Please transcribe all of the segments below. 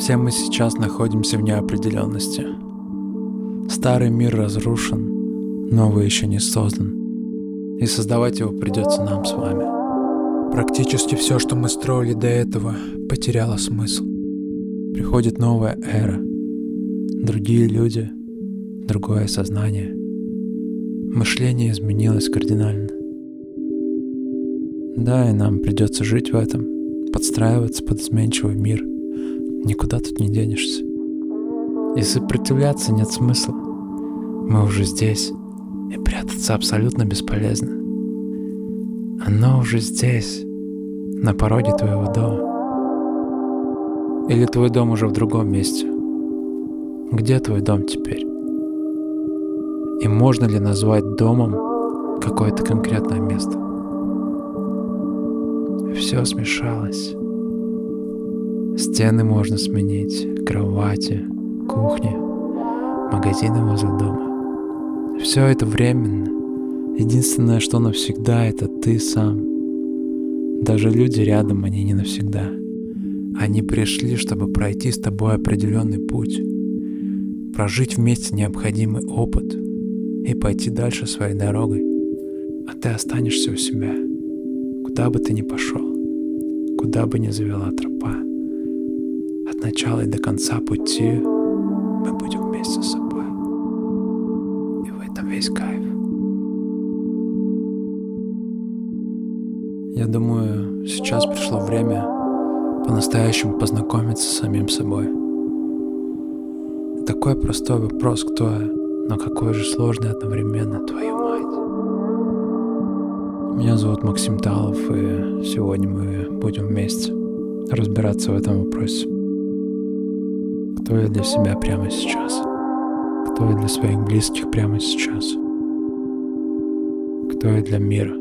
Все мы сейчас находимся в неопределенности. Старый мир разрушен, новый еще не создан. И создавать его придется нам с вами. Практически все, что мы строили до этого, потеряло смысл. Приходит новая эра. Другие люди, другое сознание. Мышление изменилось кардинально. Да, и нам придется жить в этом, подстраиваться под изменчивый мир. Никуда тут не денешься. И сопротивляться нет смысла. Мы уже здесь, и прятаться абсолютно бесполезно. Оно уже здесь, на пороге твоего дома. Или твой дом уже в другом месте? Где твой дом теперь? И можно ли назвать домом какое-то конкретное место? Все смешалось. Стены можно сменить, кровати, кухни, магазины возле дома. Все это временно. Единственное, что навсегда, это ты сам. Даже люди рядом, они не навсегда. Они пришли, чтобы пройти с тобой определенный путь, прожить вместе необходимый опыт и пойти дальше своей дорогой. А ты останешься у себя, куда бы ты ни пошел, куда бы ни завела тропа. От начала и до конца пути мы будем вместе с собой. И в этом весь кайф. Я думаю, сейчас пришло время по-настоящему познакомиться с самим собой. Такой простой вопрос, кто я, но какой же сложный одновременно, твою мать. Меня зовут Максим Талов, и сегодня мы будем вместе разбираться в этом вопросе. Кто я для себя прямо сейчас? Кто я для своих близких прямо сейчас? Кто я для мира?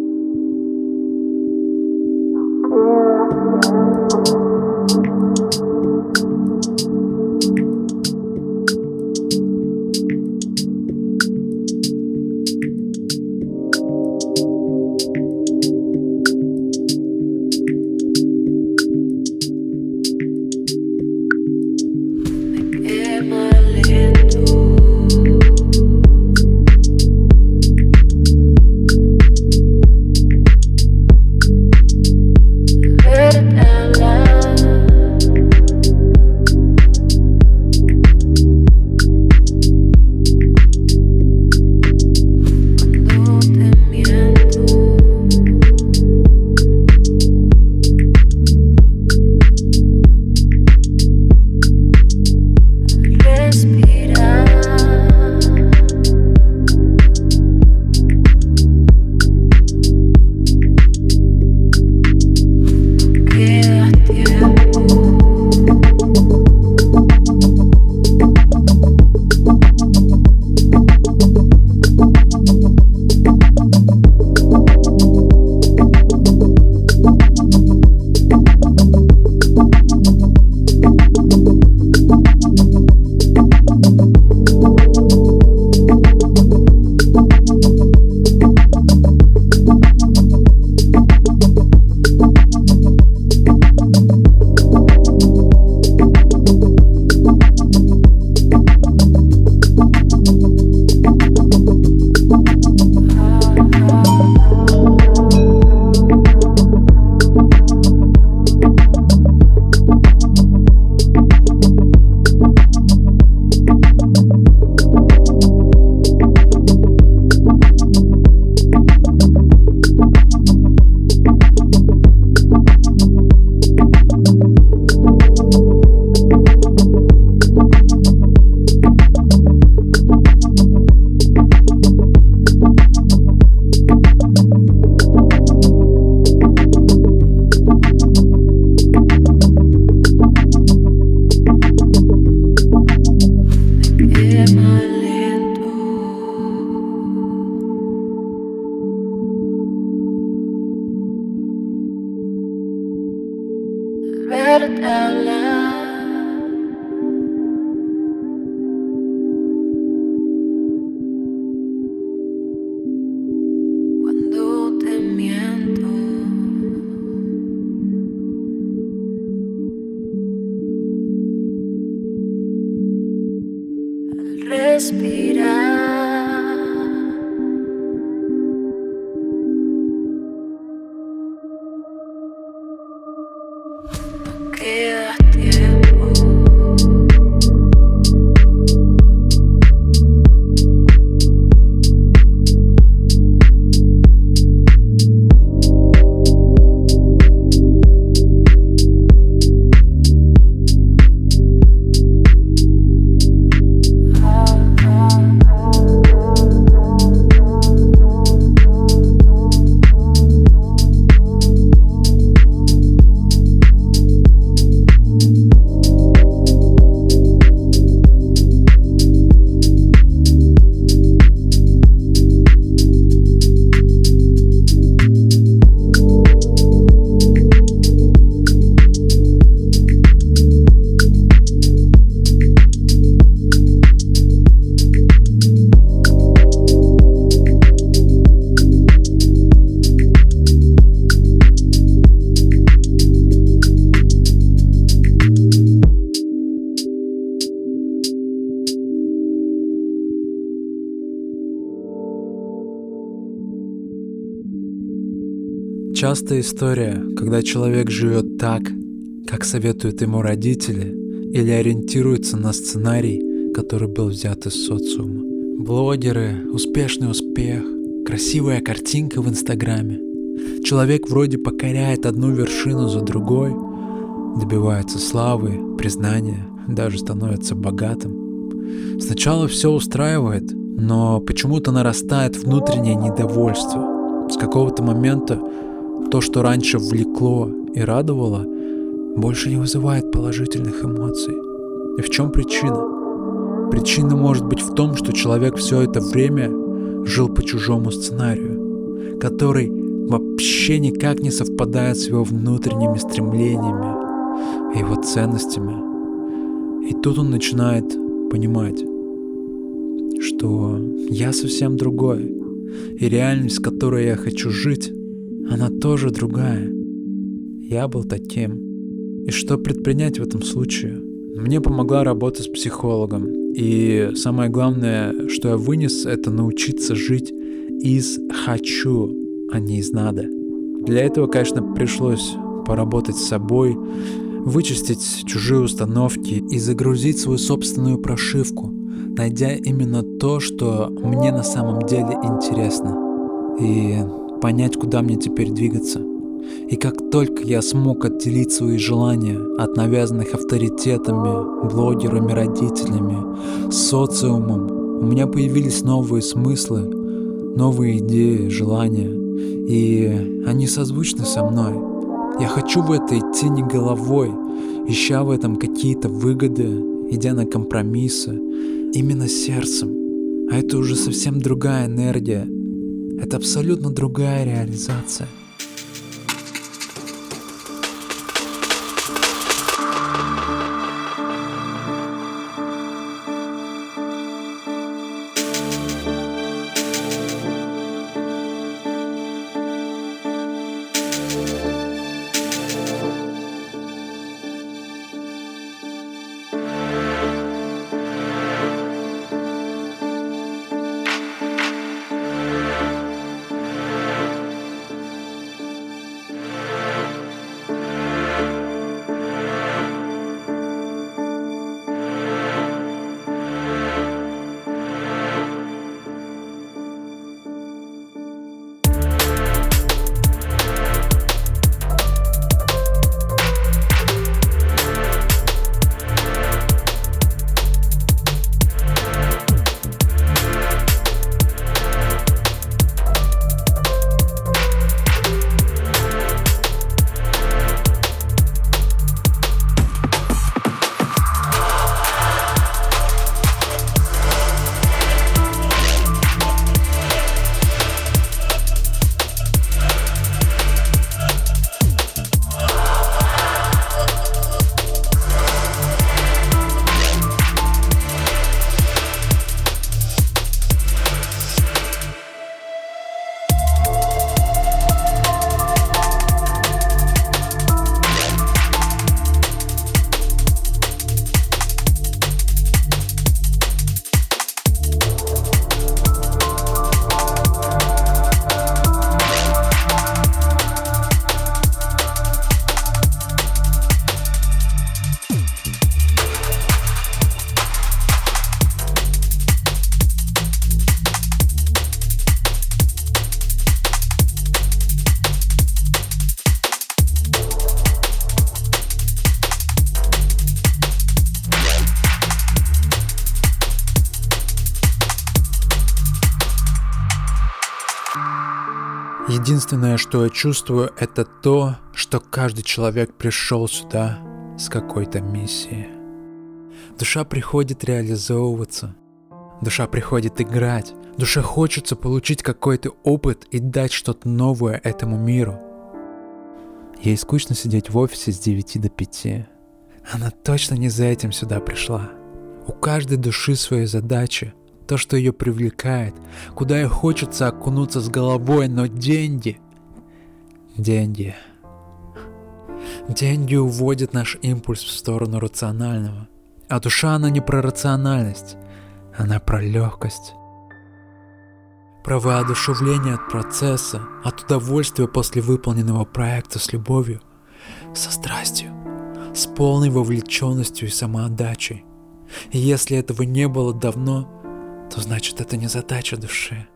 Cuando te miento, Частая история, когда человек живет так, как советуют ему родители, или ориентируется на сценарий, который был взят из социума. Блогеры, успешный успех, красивая картинка в Инстаграме. Человек вроде покоряет одну вершину за другой, добивается славы, признания, даже становится богатым. Сначала все устраивает, но почему-то нарастает внутреннее недовольство. С какого-то момента то, что раньше влекло и радовало, больше не вызывает положительных эмоций. И в чем причина? Причина может быть в том, что человек все это время жил по чужому сценарию, который вообще никак не совпадает с его внутренними стремлениями, его ценностями. И тут он начинает понимать, что я совсем другой, и реальность, в которой я хочу жить, она тоже другая. Я был таким. И что предпринять в этом случае? Мне помогла работа с психологом. И самое главное, что я вынес, это научиться жить из «хочу», а не из «надо». Для этого, конечно, пришлось поработать с собой, вычистить чужие установки и загрузить свою собственную прошивку, найдя именно то, что мне на самом деле интересно, и понять, куда мне теперь двигаться. И как только я смог отделить свои желания от навязанных авторитетами, блогерами, родителями, социумом, у меня появились новые смыслы, новые идеи, желания, и они созвучны со мной. Я хочу в это идти не головой, ища в этом какие-то выгоды, идя на компромиссы, именно сердцем. А это уже совсем другая энергия, это абсолютно другая реализация. Единственное, что я чувствую, это то, что каждый человек пришел сюда с какой-то миссией. Душа приходит реализовываться, душа приходит играть, душе хочется получить какой-то опыт и дать что-то новое этому миру. Ей скучно сидеть в офисе с 9 до 5. Она точно не за этим сюда пришла. У каждой души свои задачи, то, что ее привлекает, куда ей хочется окунуться с головой, но деньги уводят наш импульс в сторону рационального. А душа, она не про рациональность, она про легкость. про воодушевление от процесса, от удовольствия после выполненного проекта с любовью, со страстью, с полной вовлеченностью и самоотдачей. И если этого не было давно, то значит это не задача души.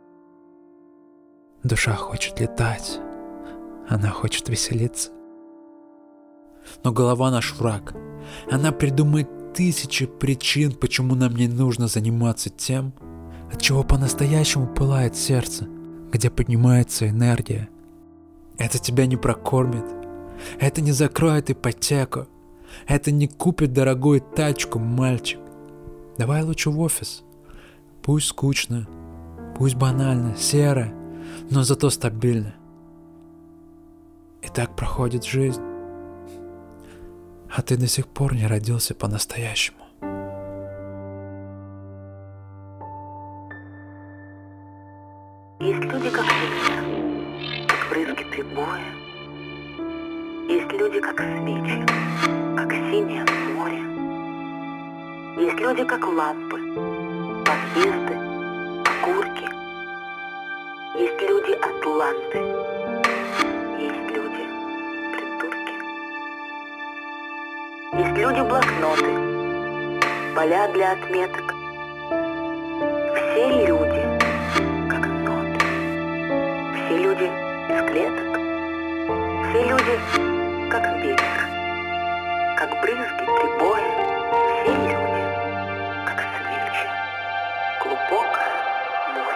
Душа хочет летать, она хочет веселиться. Но голова наш враг. Она придумает тысячи причин, почему нам не нужно заниматься тем, от чего по-настоящему пылает сердце, где поднимается энергия. Это тебя не прокормит, это не закроет ипотеку, это не купит дорогую тачку, мальчик. Давай лучше в офис. Пусть скучно, пусть банально, серо, но зато стабильно. И так проходит жизнь. А ты до сих пор не родился по-настоящему. Есть люди, как ветер, как брызги прибоя. Есть люди, как свечи, как синее море. Есть люди, как лампы, подъезды, окурки. Есть люди атланты. Есть люди придурки. Есть люди-блокноты, поля для отметок. Все люди, как ноты. Все люди из клеток. Все люди, как ветер, как брызги прибоя. Все люди, как свечи, глубокое море.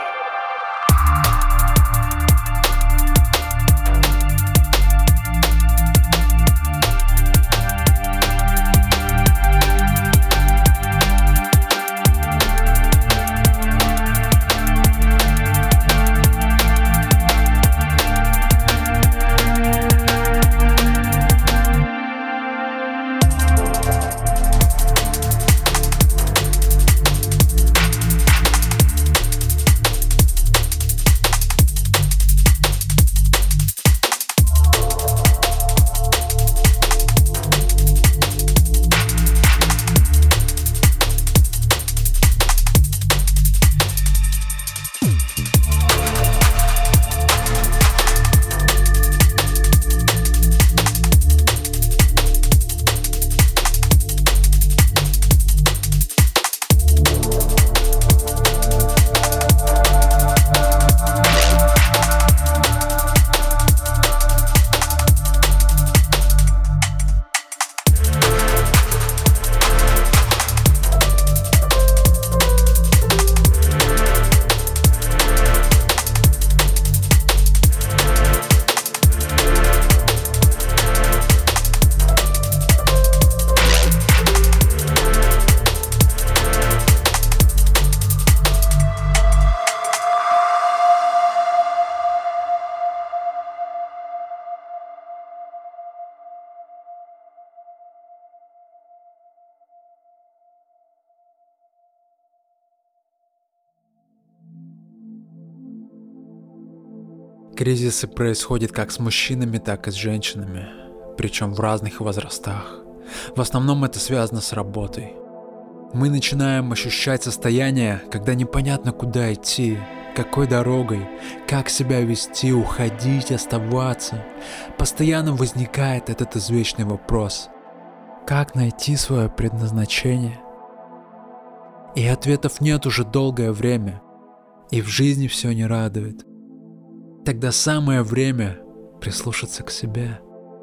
Кризисы происходят как с мужчинами, так и с женщинами, причем в разных возрастах. В основном это связано с работой. Мы начинаем ощущать состояние, когда непонятно, куда идти, какой дорогой, как себя вести, уходить, оставаться. Постоянно возникает этот извечный вопрос: как найти свое предназначение? И ответов нет уже долгое время, и в жизни все не радует. Тогда самое время прислушаться к себе.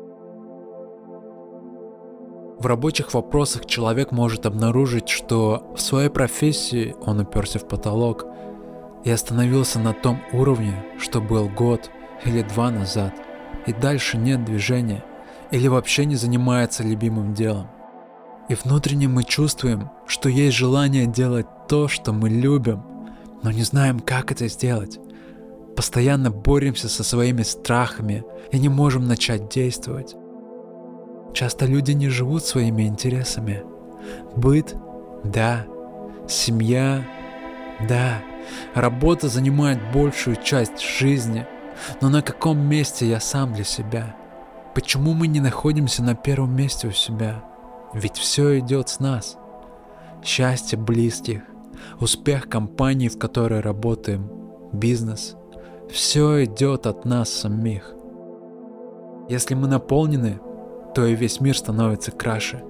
В рабочих вопросах человек может обнаружить, что в своей профессии он уперся в потолок и остановился на том уровне, что был год или 2 назад, и дальше нет движения или вообще не занимается любимым делом. И внутренне мы чувствуем, что есть желание делать то, что мы любим, но не знаем, как это сделать. Постоянно боремся со своими страхами и не можем начать действовать. Часто люди не живут своими интересами. Быт – да. Семья – да. Работа занимает большую часть жизни. Но на каком месте я сам для себя? Почему мы не находимся на первом месте у себя? Ведь все идет с нас. Счастье близких, успех компании, в которой работаем, бизнес. Все идет от нас самих. Если мы наполнены, то и весь мир становится краше.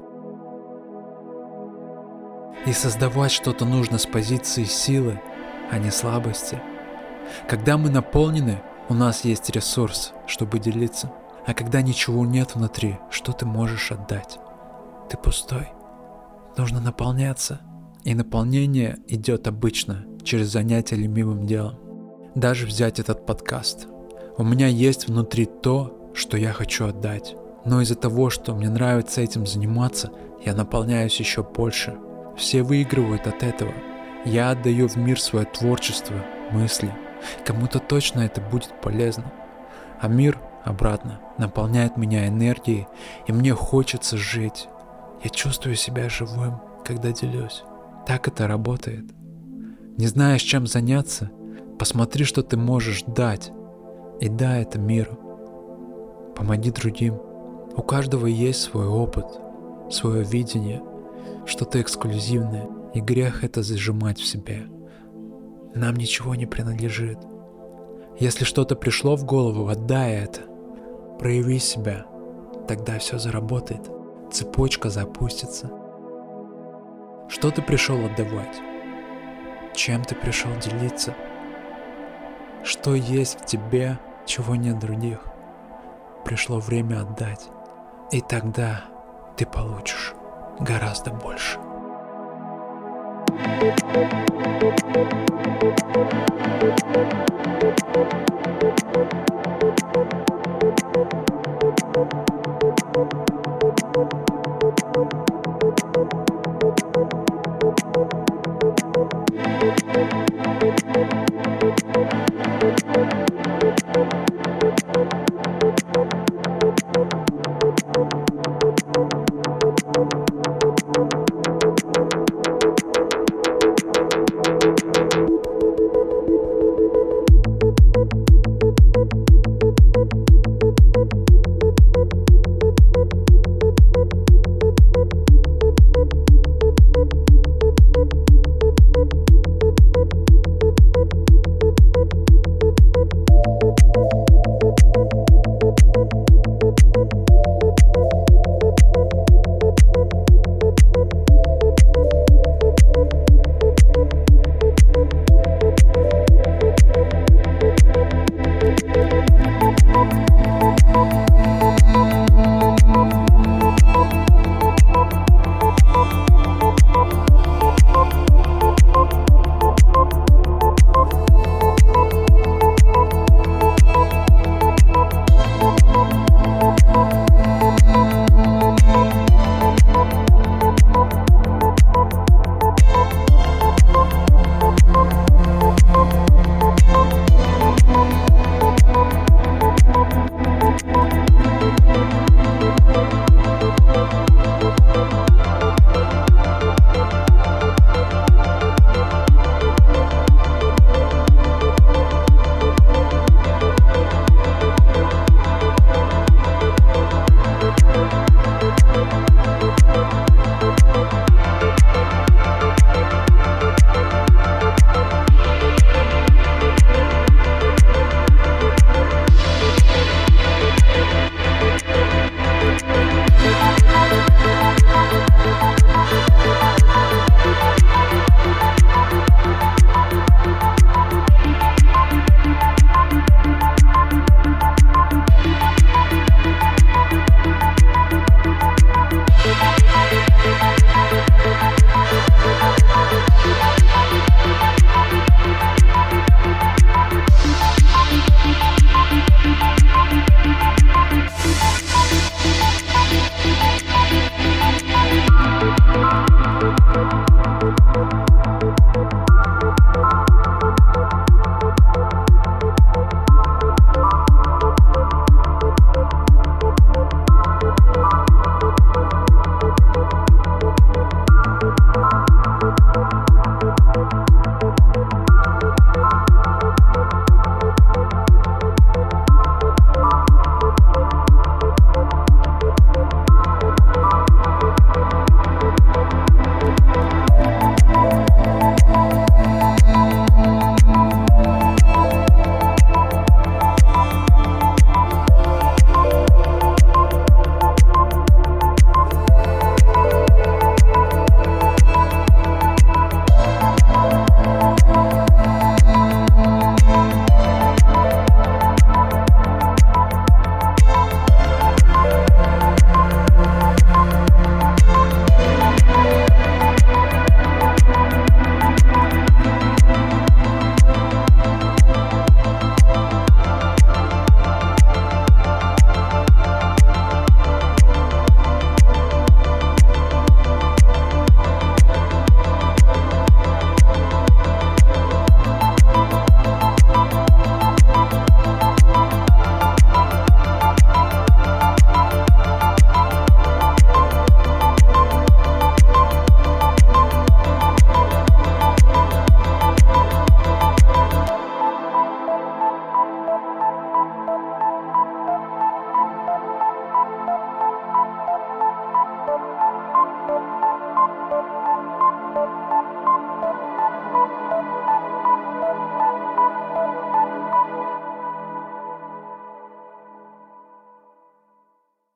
И создавать что-то нужно с позиции силы, а не слабости. Когда мы наполнены, у нас есть ресурс, чтобы делиться. А когда ничего нет внутри, что ты можешь отдать? Ты пустой. Нужно наполняться. И наполнение идет обычно через занятие любимым делом. Даже взять этот подкаст. У меня есть внутри то, что я хочу отдать. Но из-за того, что мне нравится этим заниматься, я наполняюсь еще больше. Все выигрывают от этого. Я отдаю в мир свое творчество, мысли. Кому-то точно это будет полезно. А мир, обратно, наполняет меня энергией, и мне хочется жить. Я чувствую себя живым, когда делюсь. Так это работает. Не знаешь, чем заняться? Посмотри, что ты можешь дать. И дай это миру. Помоги другим. У каждого есть свой опыт, свое видение, что-то эксклюзивное, и грех это зажимать в себе. Нам ничего не принадлежит. Если что-то пришло в голову, отдай это. Прояви себя, тогда все заработает, цепочка запустится. Что ты пришел отдавать? Чем ты пришел делиться? Что есть в тебе, чего нет других? Пришло время отдать, и тогда ты получишь гораздо больше.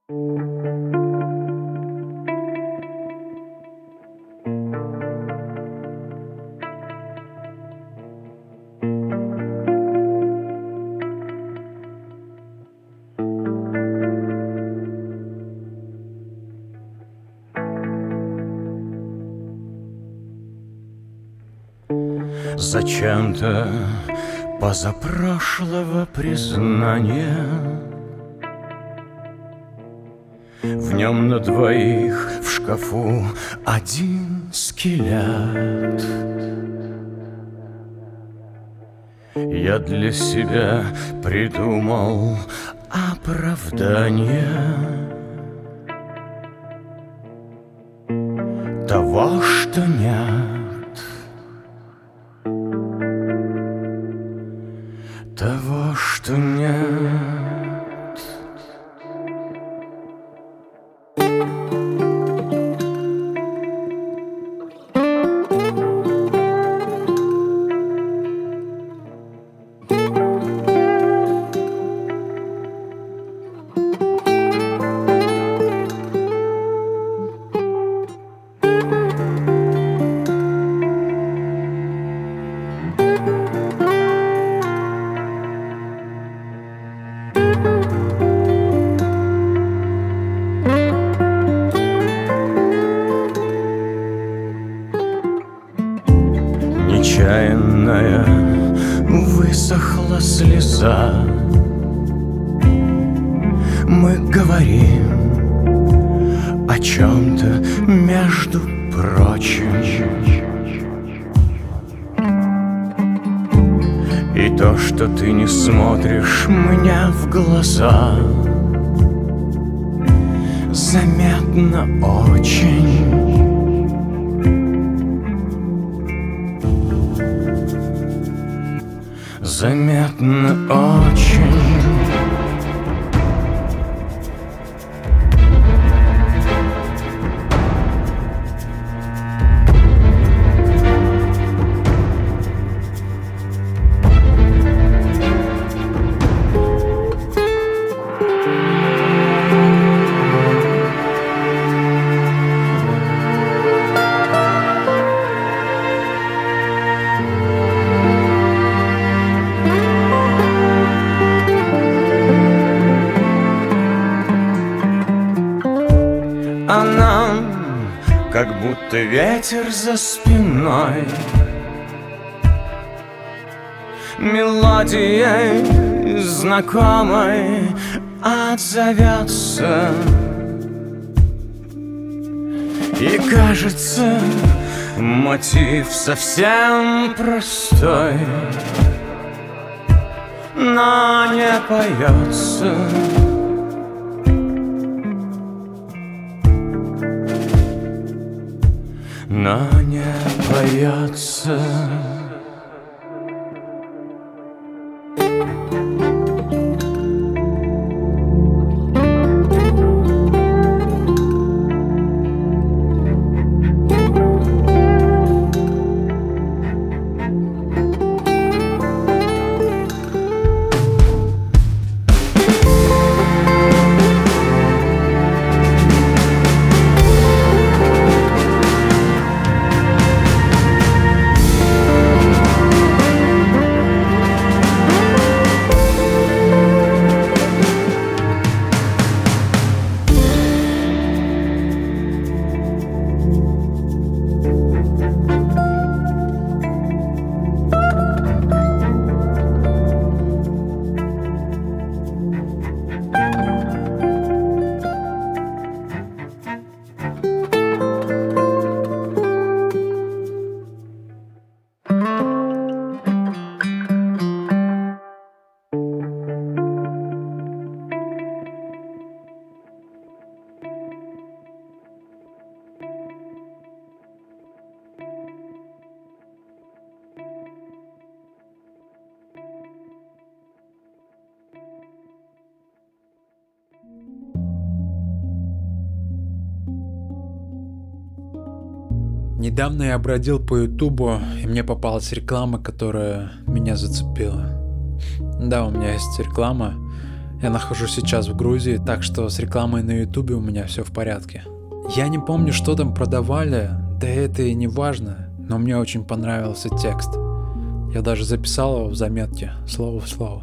Зачем-то позапрошлого признания в нем на двоих в шкафу один скелет. Я для себя придумал оправдание того, что нет, того, что нет. Нечаянная высохла слеза. Мы говорим о чем-то, между прочим, и то, что ты не смотришь мне в глаза, заметно очень. Заметно очень. А нам как будто ветер за спиной мелодией знакомой отзовется. И кажется, мотив совсем простой, но не поется. Но не поется. Недавно я бродил по Ютубу, и мне попалась реклама, которая меня зацепила. Да, у меня есть реклама. Я нахожусь сейчас в Грузии, так что с рекламой на ютубе у меня все в порядке. Я не помню, что там продавали, да это и не важно, но мне очень понравился текст. Я даже записал его в заметке, слово в слово.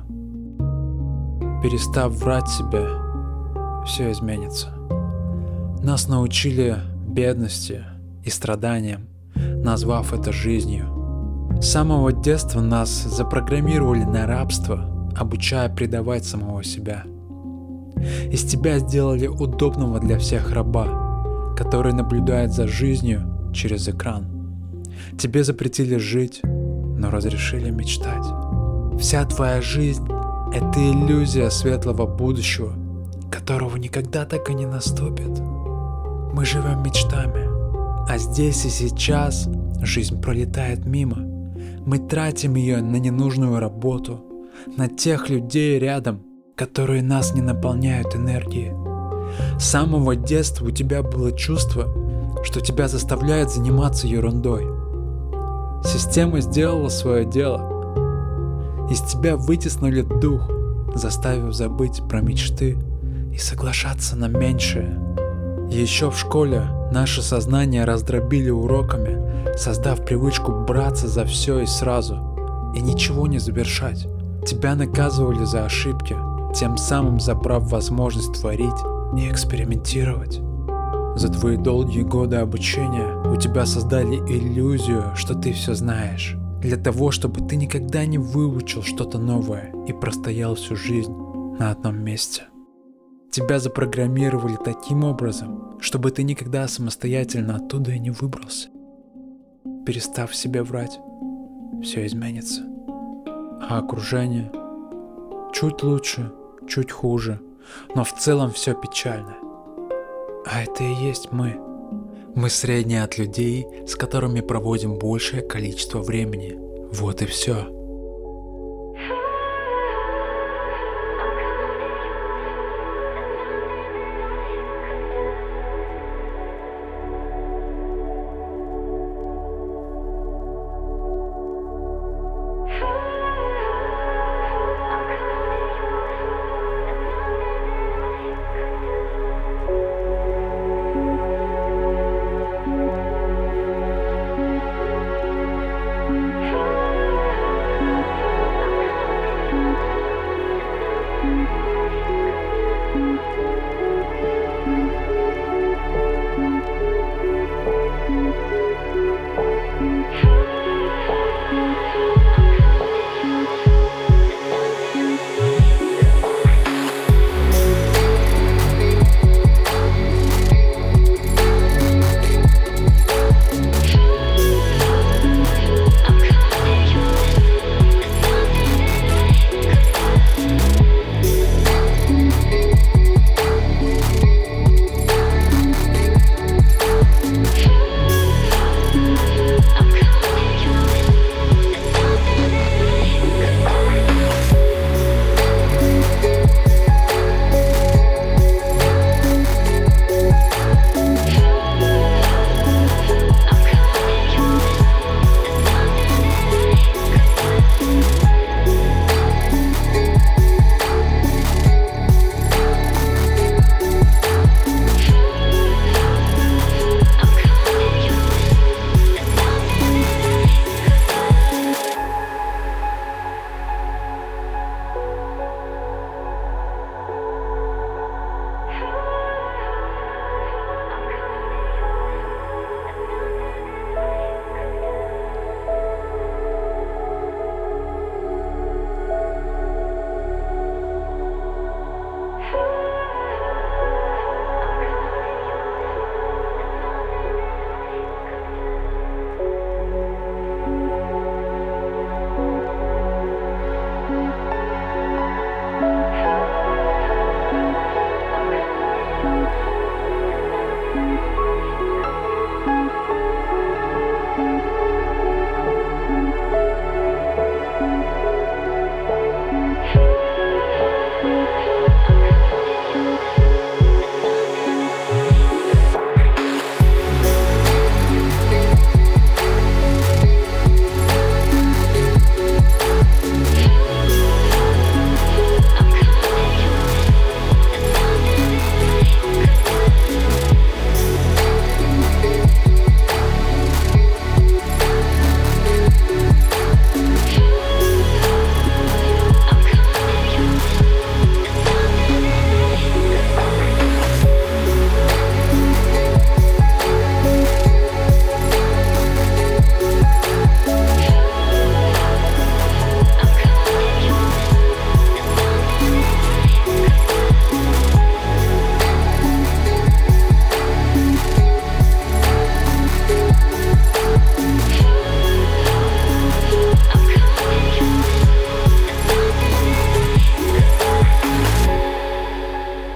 Перестав врать себе, все изменится. Нас научили бедности и страданиям, назвав это жизнью. С самого детства нас запрограммировали на рабство, обучая предавать самого себя. Из тебя сделали удобного для всех раба, который наблюдает за жизнью через экран. Тебе запретили жить, но разрешили мечтать. Вся твоя жизнь — это иллюзия светлого будущего, которого никогда так и не наступит. Мы живем мечтами, а здесь и сейчас жизнь пролетает мимо. Мы тратим ее на ненужную работу, на тех людей рядом, которые нас не наполняют энергией. С самого детства у тебя было чувство, что тебя заставляют заниматься ерундой. Система сделала свое дело. Из тебя вытеснили дух, заставив забыть про мечты и соглашаться на меньшее. Еще в школе наше сознание раздробили уроками, создав привычку браться за все и сразу, и ничего не завершать. Тебя наказывали за ошибки, тем самым забрав возможность творить и экспериментировать. За твои долгие годы обучения у тебя создали иллюзию, что ты все знаешь, для того, чтобы ты никогда не выучил что-то новое и простоял всю жизнь на одном месте. Тебя запрограммировали таким образом, чтобы ты никогда самостоятельно оттуда и не выбрался. Перестав себе врать, все изменится. А окружение чуть лучше, чуть хуже, но в целом все печально. А это и есть мы. Мы средние от людей, с которыми проводим большее количество времени. Вот и все.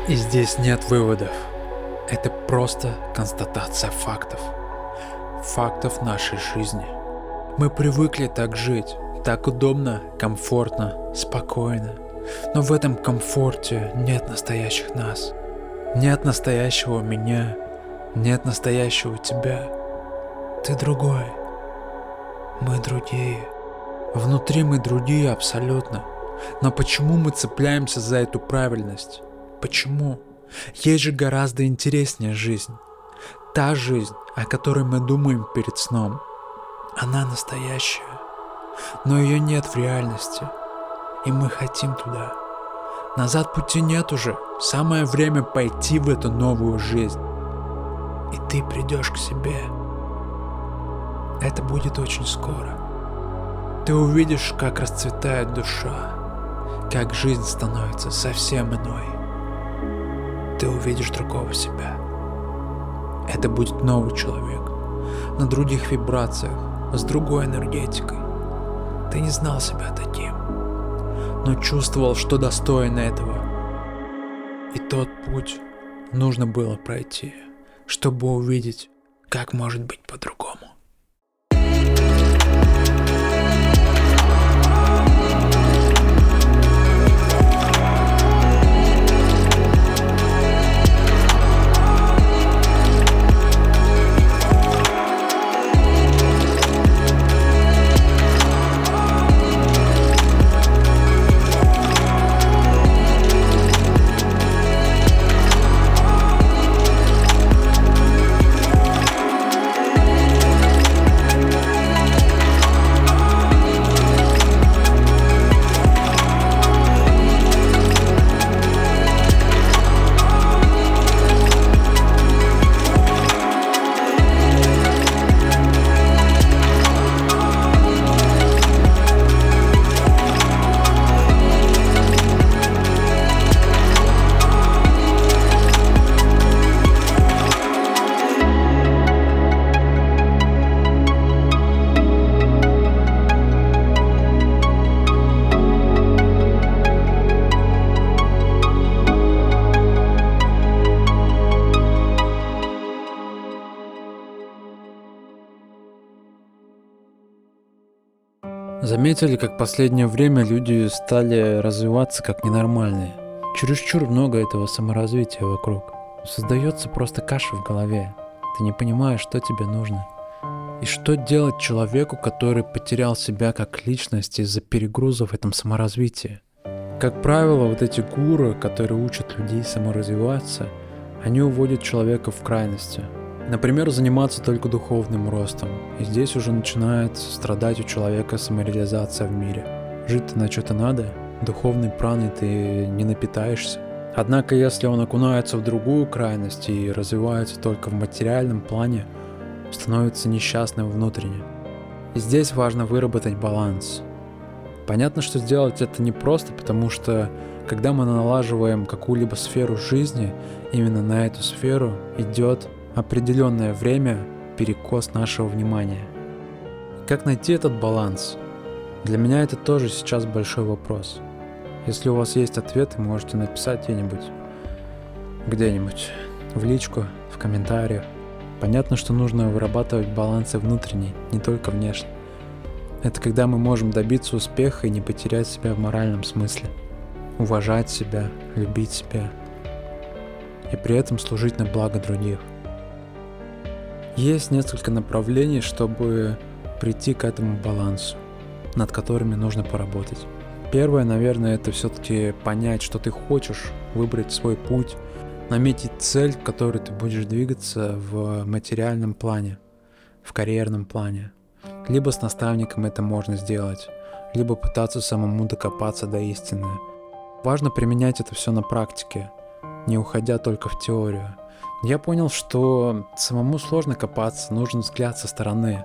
И здесь нет выводов. Это просто констатация фактов. Фактов нашей жизни. Мы привыкли так жить. Так удобно, комфортно, спокойно. Но в этом комфорте нет настоящих нас. Нет настоящего меня. Нет настоящего тебя. Ты другой. Мы другие. Внутри мы другие абсолютно. Но почему мы цепляемся за эту правильность? Почему? Есть же гораздо интереснее жизнь. Та жизнь, о которой мы думаем перед сном. Она настоящая. Но ее нет в реальности. И мы хотим туда. Назад пути нет уже. Самое время пойти в эту новую жизнь. И ты придешь к себе. Это будет очень скоро. Ты увидишь, как расцветает душа. Как жизнь становится совсем иной. Ты увидишь другого себя. Это будет новый человек. На других вибрациях. С другой энергетикой. Ты не знал себя таким. Но чувствовал, что достоин этого. И тот путь нужно было пройти, чтобы увидеть, как может быть по-другому. Заметили, как в последнее время люди стали развиваться как ненормальные? Чересчур много этого саморазвития вокруг. Создается просто каша в голове. Ты не понимаешь, что тебе нужно. И что делать человеку, который потерял себя как личность из-за перегруза в этом саморазвитии? Как правило, вот эти гуру, которые учат людей саморазвиваться, они уводят человека в крайности. Например, заниматься только духовным ростом. И здесь уже начинает страдать у человека самореализация в мире. Жить-то на что-то надо, духовной праной ты не напитаешься. Однако, если он окунается в другую крайность и развивается только в материальном плане, становится несчастным внутренне. И здесь важно выработать баланс. Понятно, что сделать это непросто, потому что когда мы налаживаем какую-либо сферу жизни, именно на эту сферу идет определенное время перекос нашего внимания. Как найти этот баланс? Для меня это тоже сейчас большой вопрос. Если у вас есть ответы, можете написать где-нибудь в личку, в комментариях. Понятно, что нужно вырабатывать баланс и внутренний, не только внешний. Это когда мы можем добиться успеха и не потерять себя в моральном смысле. Уважать себя, любить себя. И при этом служить на благо других. Есть несколько направлений, чтобы прийти к этому балансу, над которыми нужно поработать. Первое, наверное, это все-таки понять, что ты хочешь, выбрать свой путь, наметить цель, к которой ты будешь двигаться в материальном плане, в карьерном плане. Либо с наставником это можно сделать, либо пытаться самому докопаться до истины. Важно применять это все на практике, не уходя только в теорию. Я понял, что самому сложно копаться, нужен взгляд со стороны.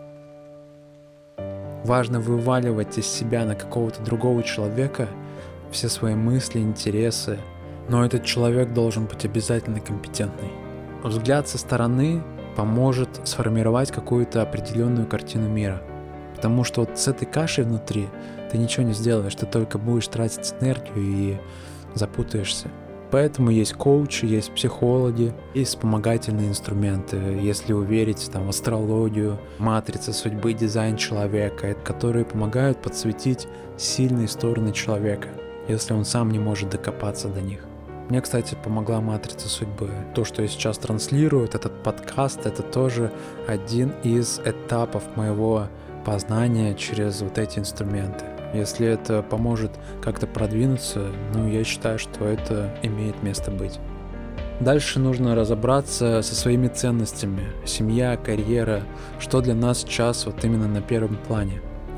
Важно вываливать из себя на какого-то другого человека все свои мысли, интересы, но этот человек должен быть обязательно компетентный. Взгляд со стороны поможет сформировать какую-то определенную картину мира. Потому что вот с этой кашей внутри ты ничего не сделаешь, ты только будешь тратить энергию и запутаешься. поэтому есть коучи, есть психологи, есть вспомогательные инструменты. Если вы верите в астрологию, матрица судьбы, дизайн человека, которые помогают подсветить сильные стороны человека, если он сам не может докопаться до них. Мне, кстати, помогла матрица судьбы. То, что я сейчас транслирую, этот подкаст, это тоже один из этапов моего познания через эти инструменты. Если это поможет как-то продвинуться, я считаю, что это имеет место быть. Дальше нужно разобраться со своими ценностями. Семья, карьера, что для нас сейчас именно на первом плане.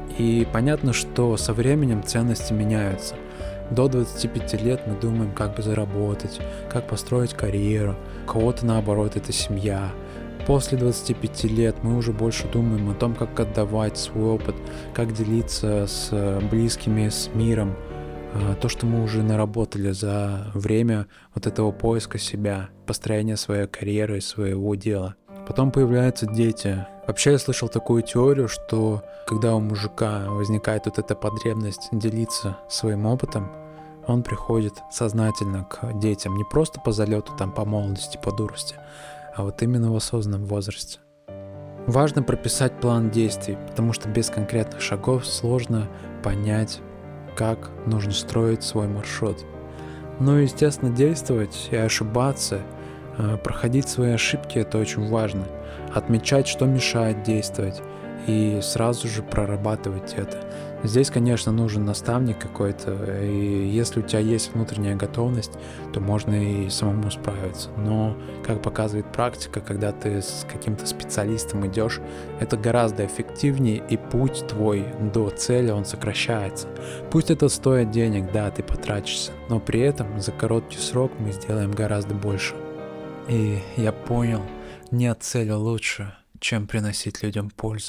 И понятно, что со временем ценности меняются. До 25 лет мы думаем, как бы заработать, как построить карьеру. У кого-то наоборот это семья. После 25 лет мы уже больше думаем о том, как отдавать свой опыт, как делиться с близкими, с миром. То, что мы уже наработали за время этого поиска себя, построения своей карьеры и своего дела. Потом появляются дети. Вообще я слышал такую теорию, что когда у мужика возникает эта потребность делиться своим опытом, он приходит сознательно к детям, не просто по залету, по молодости, по дурости, а именно в осознанном возрасте. Важно прописать план действий, потому что без конкретных шагов сложно понять, как нужно строить свой маршрут. Естественно, действовать и ошибаться, проходить свои ошибки — это очень важно. Отмечать, что мешает действовать, и сразу же прорабатывать это. Здесь, конечно, нужен наставник какой-то, и если у тебя есть внутренняя готовность, то можно и самому справиться. Но, как показывает практика, когда ты с каким-то специалистом идешь, это гораздо эффективнее, и путь твой до цели, он сокращается. Пусть это стоит денег, да, ты потратишься, но при этом за короткий срок мы сделаем гораздо больше. И я понял, нет цели лучше, чем приносить людям пользу.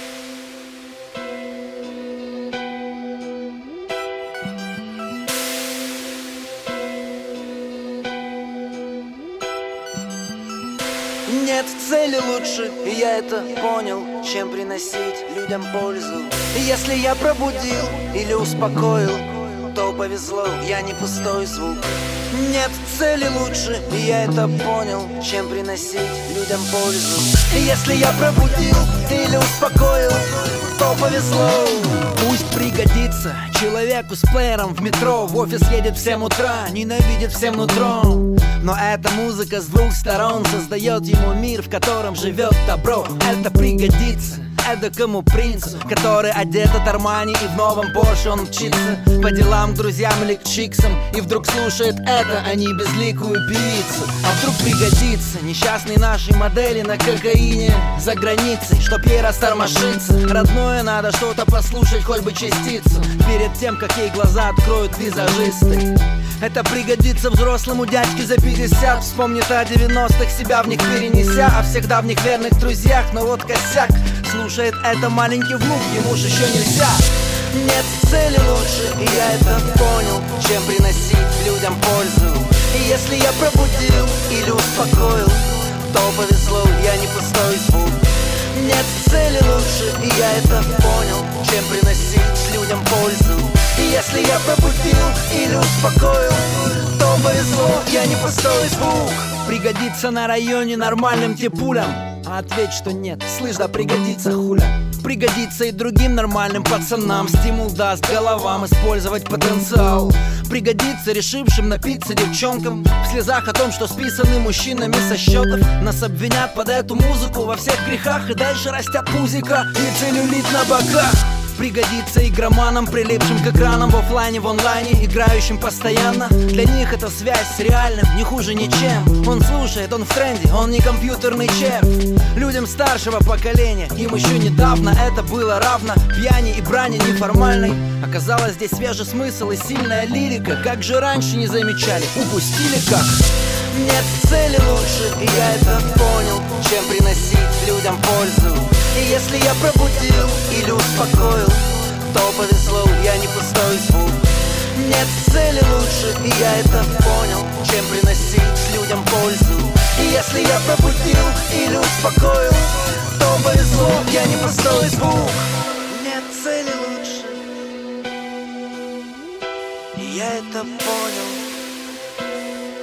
Нет цели лучше, и я это понял, чем приносить людям пользу. Если я пробудил или успокоил, то повезло, я не пустой звук. Нет цели лучше, и я это понял, чем приносить людям пользу. Если я пробудил или успокоил, то повезло. Пусть пригодится человеку с плеером в метро. В офис едет в 7 утра, ненавидит всем нутром. Но эта музыка с двух сторон создает ему мир, в котором живет добро. Это пригодится эдакому принцу, который одет от Армани, и в новом Порше он мчится по делам к друзьям или к чиксам, и вдруг слушает это, а не безликую певицу. А вдруг пригодится несчастной нашей модели на кокаине за границей, чтоб ей растормошиться. Родное надо что-то послушать, хоть бы частицу, перед тем, как ей глаза откроют визажисты. Это пригодится взрослому дядьке за 50. Вспомнит о 90-х, себя в них перенеся, о всех давних верных друзьях, но вот косяк. Слушает это маленький внук, ему же еще нельзя. Нет цели лучше, и я это понял, чем приносить людям пользу. И если я пробудил или успокоил, то повезло, я не пустой звук. Нет цели лучше, и я это понял, чем приносить людям пользу. И если я пробудил или успокоил, то повезло, я не пустой звук. Пригодится на районе нормальным типулям. А ответь, что нет, слышь, да пригодится хуля. Пригодится и другим нормальным пацанам. Стимул даст головам использовать потенциал. Пригодится решившим напиться девчонкам в слезах о том, что списаны мужчинами со счетов. Нас обвинят под эту музыку во всех грехах, и дальше растят пузика и целлюлит на боках. Пригодится игроманам, прилипшим к экранам в офлайне, в онлайне, играющим постоянно. Для них это связь с реальным, не хуже ничем. Он слушает, он в тренде, он не компьютерный червь. Людям старшего поколения, им еще недавно это было равно пьяни и брани неформальной. Оказалось, здесь свежий смысл и сильная лирика. Как же раньше не замечали, упустили как? Нет цели лучше, и я это понял, чем приносить людям пользу. И если я пробудил или успокоил, то повезло, я не пустой звук. Нет цели лучше, и я это понял, чем приносить людям пользу. И если я пробудил или успокоил, то повезло, я не пустой звук. Нет цели лучше, и я это понял,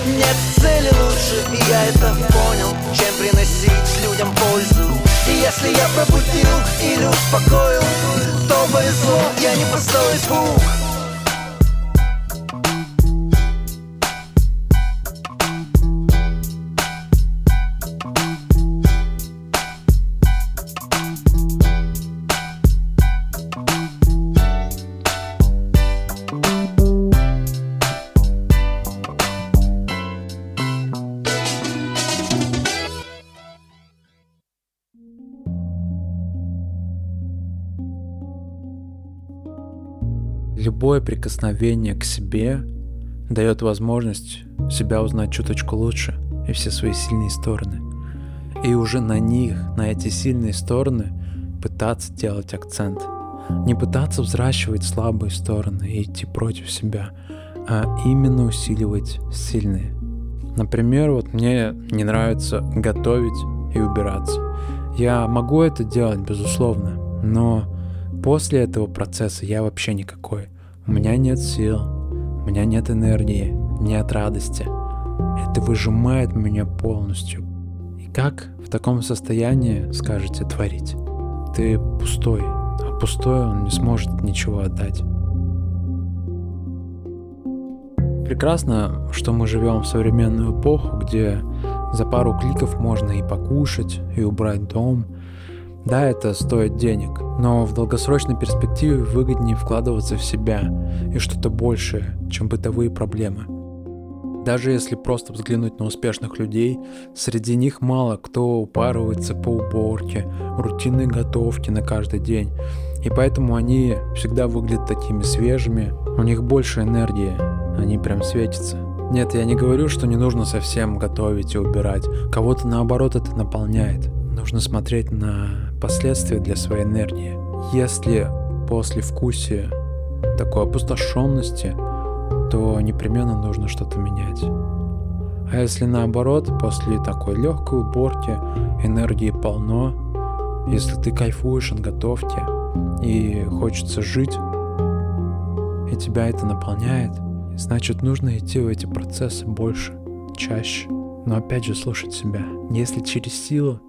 Нет цели лучше, и я это понял, чем приносить людям пользу. И если я пробудил или успокоил, то повезло, я не пустой звук. Любое прикосновение к себе дает возможность себя узнать чуточку лучше и все свои сильные стороны. И уже на них, на эти сильные стороны пытаться делать акцент. Не пытаться взращивать слабые стороны и идти против себя, а именно усиливать сильные. Например, вот мне не нравится готовить и убираться. Я могу это делать, безусловно, но после этого процесса я вообще никакой. У меня нет сил, у меня нет энергии, нет радости. Это выжимает меня полностью. И как в таком состоянии, скажете, творить? Ты пустой, а пустой он не сможет ничего отдать. Прекрасно, что мы живем в современную эпоху, где за пару кликов можно и покушать, и убрать дом. Да, это стоит денег, но в долгосрочной перспективе выгоднее вкладываться в себя и что-то большее, чем бытовые проблемы. Даже если просто взглянуть на успешных людей, среди них мало кто упарывается по уборке, рутинной готовке на каждый день. И поэтому они всегда выглядят такими свежими, у них больше энергии, они прям светятся. Нет, я не говорю, что не нужно совсем готовить и убирать. Кого-то наоборот это наполняет. Нужно смотреть на последствия для своей энергии. Если после вкусия такой опустошенности, то непременно нужно что-то менять. А если наоборот, после такой легкой уборки энергии полно, если ты кайфуешь от готовки и хочется жить, и тебя это наполняет, значит нужно идти в эти процессы больше, чаще. Но опять же слушать себя. Если через силу,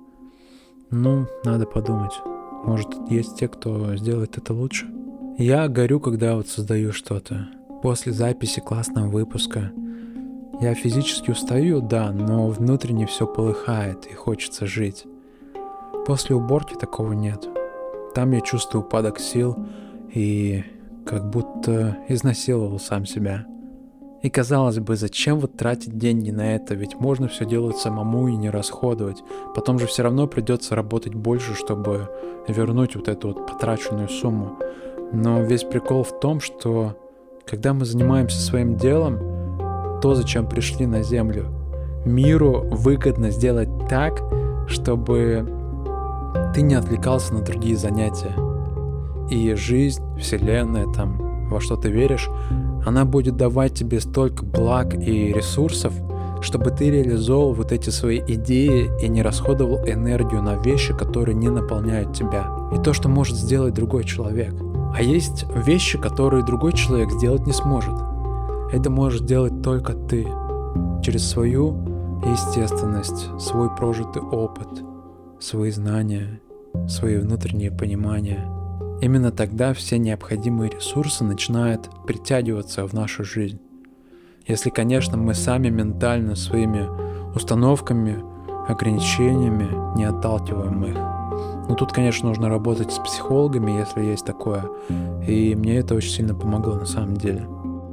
надо подумать. Может, есть те, кто сделает это лучше. Я горю, когда вот создаю что-то. После записи классного выпуска я физически устаю, да, но внутренне все полыхает и хочется жить. После уборки такого нет. Там я чувствую упадок сил и как будто изнасиловал сам себя. И казалось бы, зачем вот тратить деньги на это, ведь можно все делать самому и не расходовать. Потом же все равно придется работать больше, чтобы вернуть вот эту вот потраченную сумму. Но весь прикол в том, что когда мы занимаемся своим делом, то, зачем пришли на Землю, миру выгодно сделать так, чтобы ты не отвлекался на другие занятия. И жизнь, вселенная, там, во что ты веришь, она будет давать тебе столько благ и ресурсов, чтобы ты реализовал вот эти свои идеи и не расходовал энергию на вещи, которые не наполняют тебя. И то, что может сделать другой человек. А есть вещи, которые другой человек сделать не сможет. Это можешь делать только ты. Через свою естественность, свой прожитый опыт, свои знания, свои внутренние понимания. Именно тогда все необходимые ресурсы начинают притягиваться в нашу жизнь. Если, конечно, мы сами ментально своими установками, ограничениями не отталкиваем их. Но тут, конечно, нужно работать с психологами, если есть такое. И мне это очень сильно помогло на самом деле.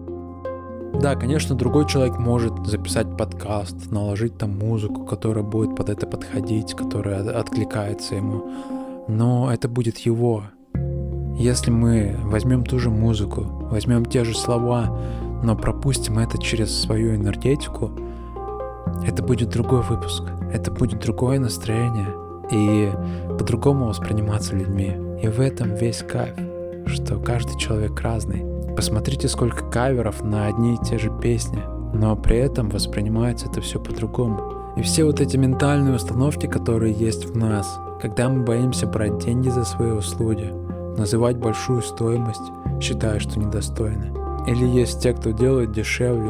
Да, конечно, другой человек может записать подкаст, наложить там музыку, которая будет под это подходить, которая откликается ему. Но это будет его. Если мы возьмем ту же музыку, возьмем те же слова, но пропустим это через свою энергетику, это будет другой выпуск, это будет другое настроение и по-другому восприниматься людьми. И в этом весь кайф, что каждый человек разный. Посмотрите, сколько каверов на одни и те же песни, но при этом воспринимается это все по-другому. И все вот эти ментальные установки, которые есть в нас, когда мы боимся брать деньги за свои услуги, называть большую стоимость, считая, что недостойны. Или есть те, кто делает дешевле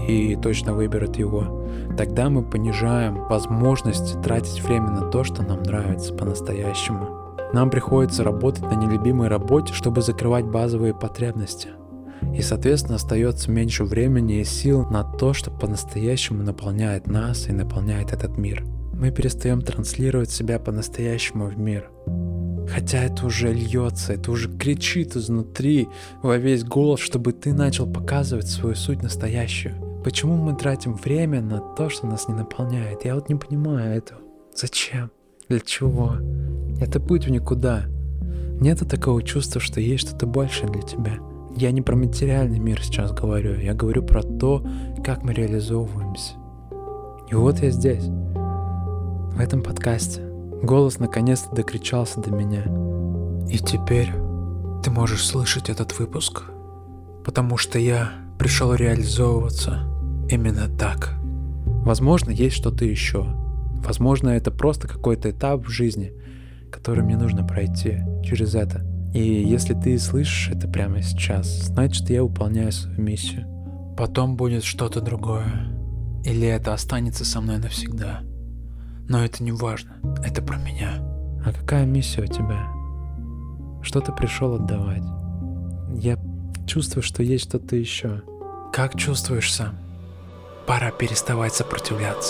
и точно выберут его. Тогда мы понижаем возможность тратить время на то, что нам нравится по-настоящему. Нам приходится работать на нелюбимой работе, чтобы закрывать базовые потребности. И, соответственно, остается меньше времени и сил на то, что по-настоящему наполняет нас и наполняет этот мир. Мы перестаем транслировать себя по-настоящему в мир. Хотя это уже льется, это уже кричит изнутри во весь голос, чтобы ты начал показывать свою суть настоящую. Почему мы тратим время на то, что нас не наполняет? Я вот не понимаю этого. Зачем? Для чего? Это путь в никуда. Нету такого чувства, что есть что-то большее для тебя. Я не про материальный мир сейчас говорю, я говорю про то, как мы реализовываемся. И вот я здесь, в этом подкасте. Голос наконец-то докричался до меня. И теперь ты можешь слышать этот выпуск, потому что я пришел реализовываться именно так. Возможно, есть что-то еще. Возможно, это просто какой-то этап в жизни, который мне нужно пройти через это. И если ты слышишь это прямо сейчас, значит, я выполняю свою миссию. Потом будет что-то другое. Или это останется со мной навсегда. Но это не важно, это про меня. А какая миссия у тебя? Что ты пришел отдавать? Я чувствую, что есть что-то еще. Как чувствуешь сам? Пора переставать сопротивляться.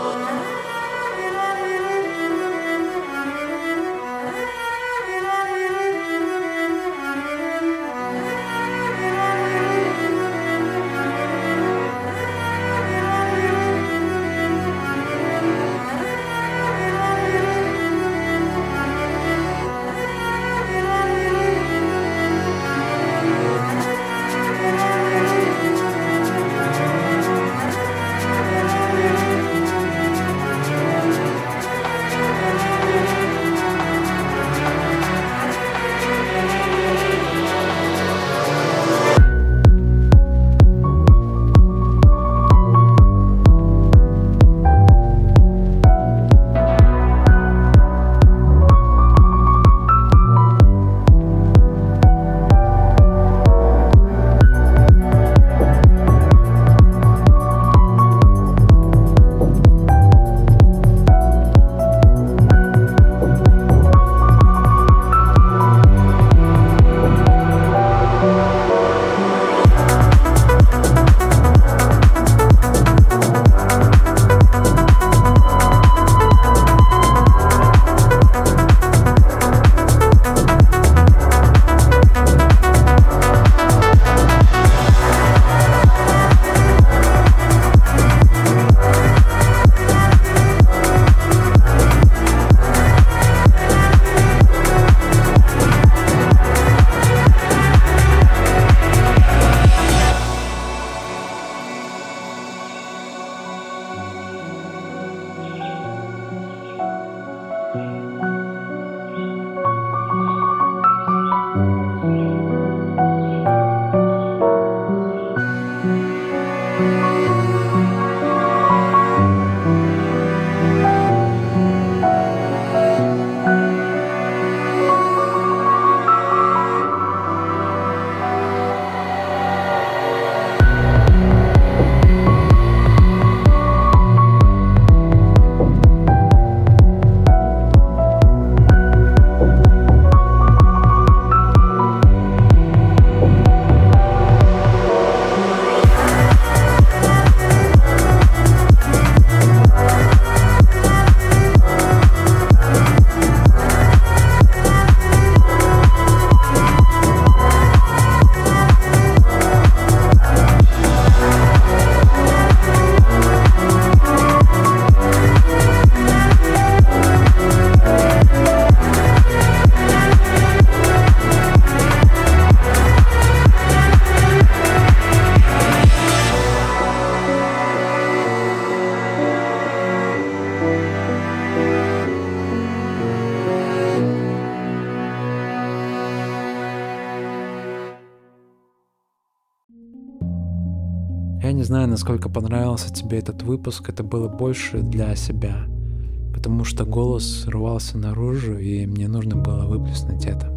Я не знаю, насколько понравился тебе этот выпуск, это было больше для себя, потому что голос рвался наружу, и мне нужно было выплеснуть это.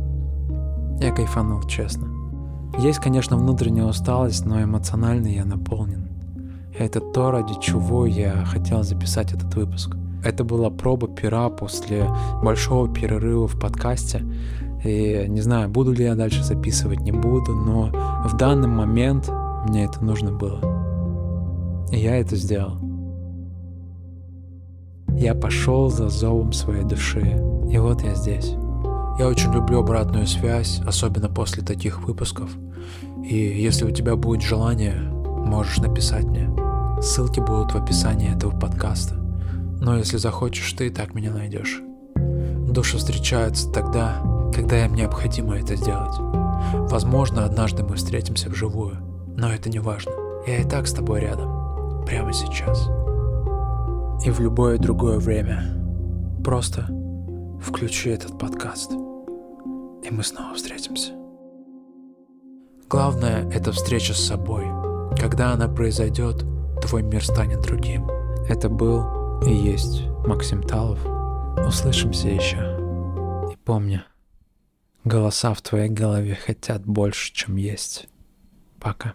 Я кайфанул, честно. Есть, конечно, внутренняя усталость, но эмоционально я наполнен. Это то, ради чего я хотел записать этот выпуск. Это была проба пера после большого перерыва в подкасте. И не знаю, буду ли я дальше записывать, не буду, но в данный момент мне это нужно было. И я это сделал. Я пошел за зовом своей души. И вот я здесь. Я очень люблю обратную связь, особенно после таких выпусков. И если у тебя будет желание, можешь написать мне. Ссылки будут в описании этого подкаста. Но если захочешь, ты и так меня найдешь. Души встречаются тогда, когда им необходимо это сделать. Возможно, однажды мы встретимся вживую, но это не важно. Я и так с тобой рядом, прямо сейчас. И в любое другое время. Просто включи этот подкаст, и мы снова встретимся. Главное — это встреча с собой. Когда она произойдет, твой мир станет другим. Это был и есть Максим Талов. Услышимся еще. И помни, голоса в твоей голове хотят больше, чем есть. Пока.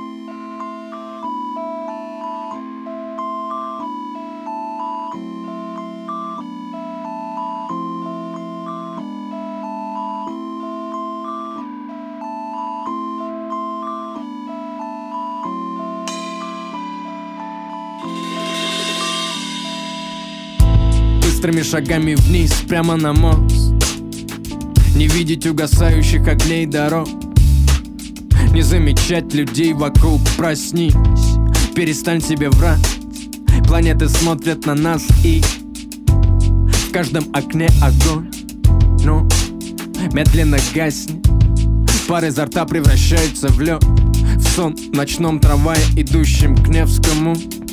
Быстрыми шагами вниз, прямо на мост. Не видеть угасающих огней дорог, не замечать людей вокруг. Проснись, перестань себе врать. Планеты смотрят на нас, и в каждом окне огонь. Но медленно гаснет, пар изо рта превращается в лед. В сон ночном трамвае, идущем к Невскому.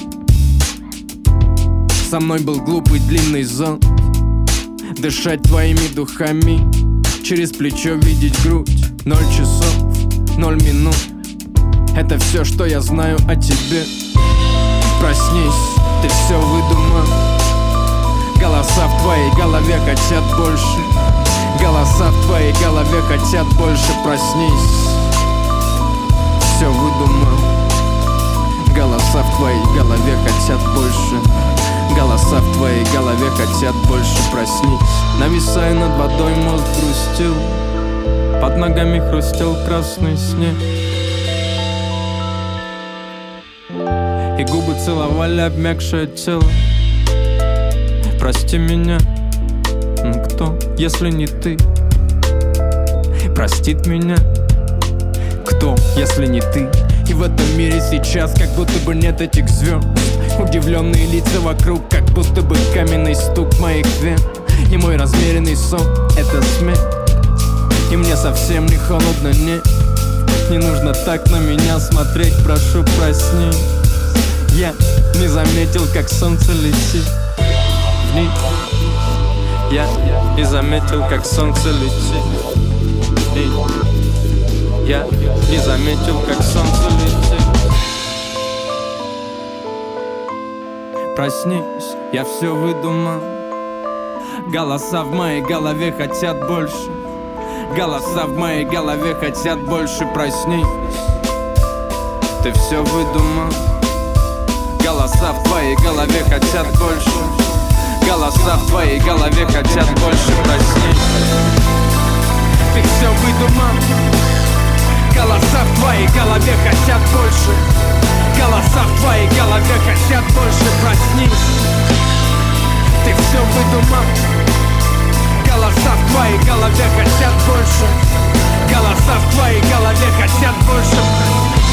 Со мной был глупый длинный зонт. Дышать твоими духами, через плечо видеть грудь. 0 часов, 0 минут. Это все, что я знаю о тебе. Проснись, ты все выдумал. Голоса в твоей голове хотят больше. Голоса в твоей голове хотят больше. Проснись, все выдумал. Голоса в твоей голове хотят больше. Голоса в твоей голове хотят больше. Проснись. Нависая над водой, мост грустил. Под ногами хрустел красный снег. И губы целовали обмякшее тело. Прости меня, но кто, если не ты? Простит меня кто, если не ты? И в этом мире сейчас как будто бы нет этих звезд. Удивленные лица вокруг, как будто бы каменный стук моих вен. И мой размеренный сон — это смех. И мне совсем не холодно, нет. Не нужно так на меня смотреть, прошу, проснись. Я не заметил, как солнце летит вниз. Я не заметил, как солнце летит вниз. Я не заметил, как солнце летит. Проснись, я все выдумал. Голоса в моей голове хотят больше. Голоса в моей голове хотят больше. Проснись, ты все выдумал. Голоса в твоей голове хотят больше. Голоса в твоей голове хотят больше. Проснись, ты все выдумал. Голоса в твоей голове хотят больше. Голоса в твоей голове хотят больше. Проснись, ты все выдумал. Голоса в твоей голове хотят больше. Голоса в твоей голове хотят больше.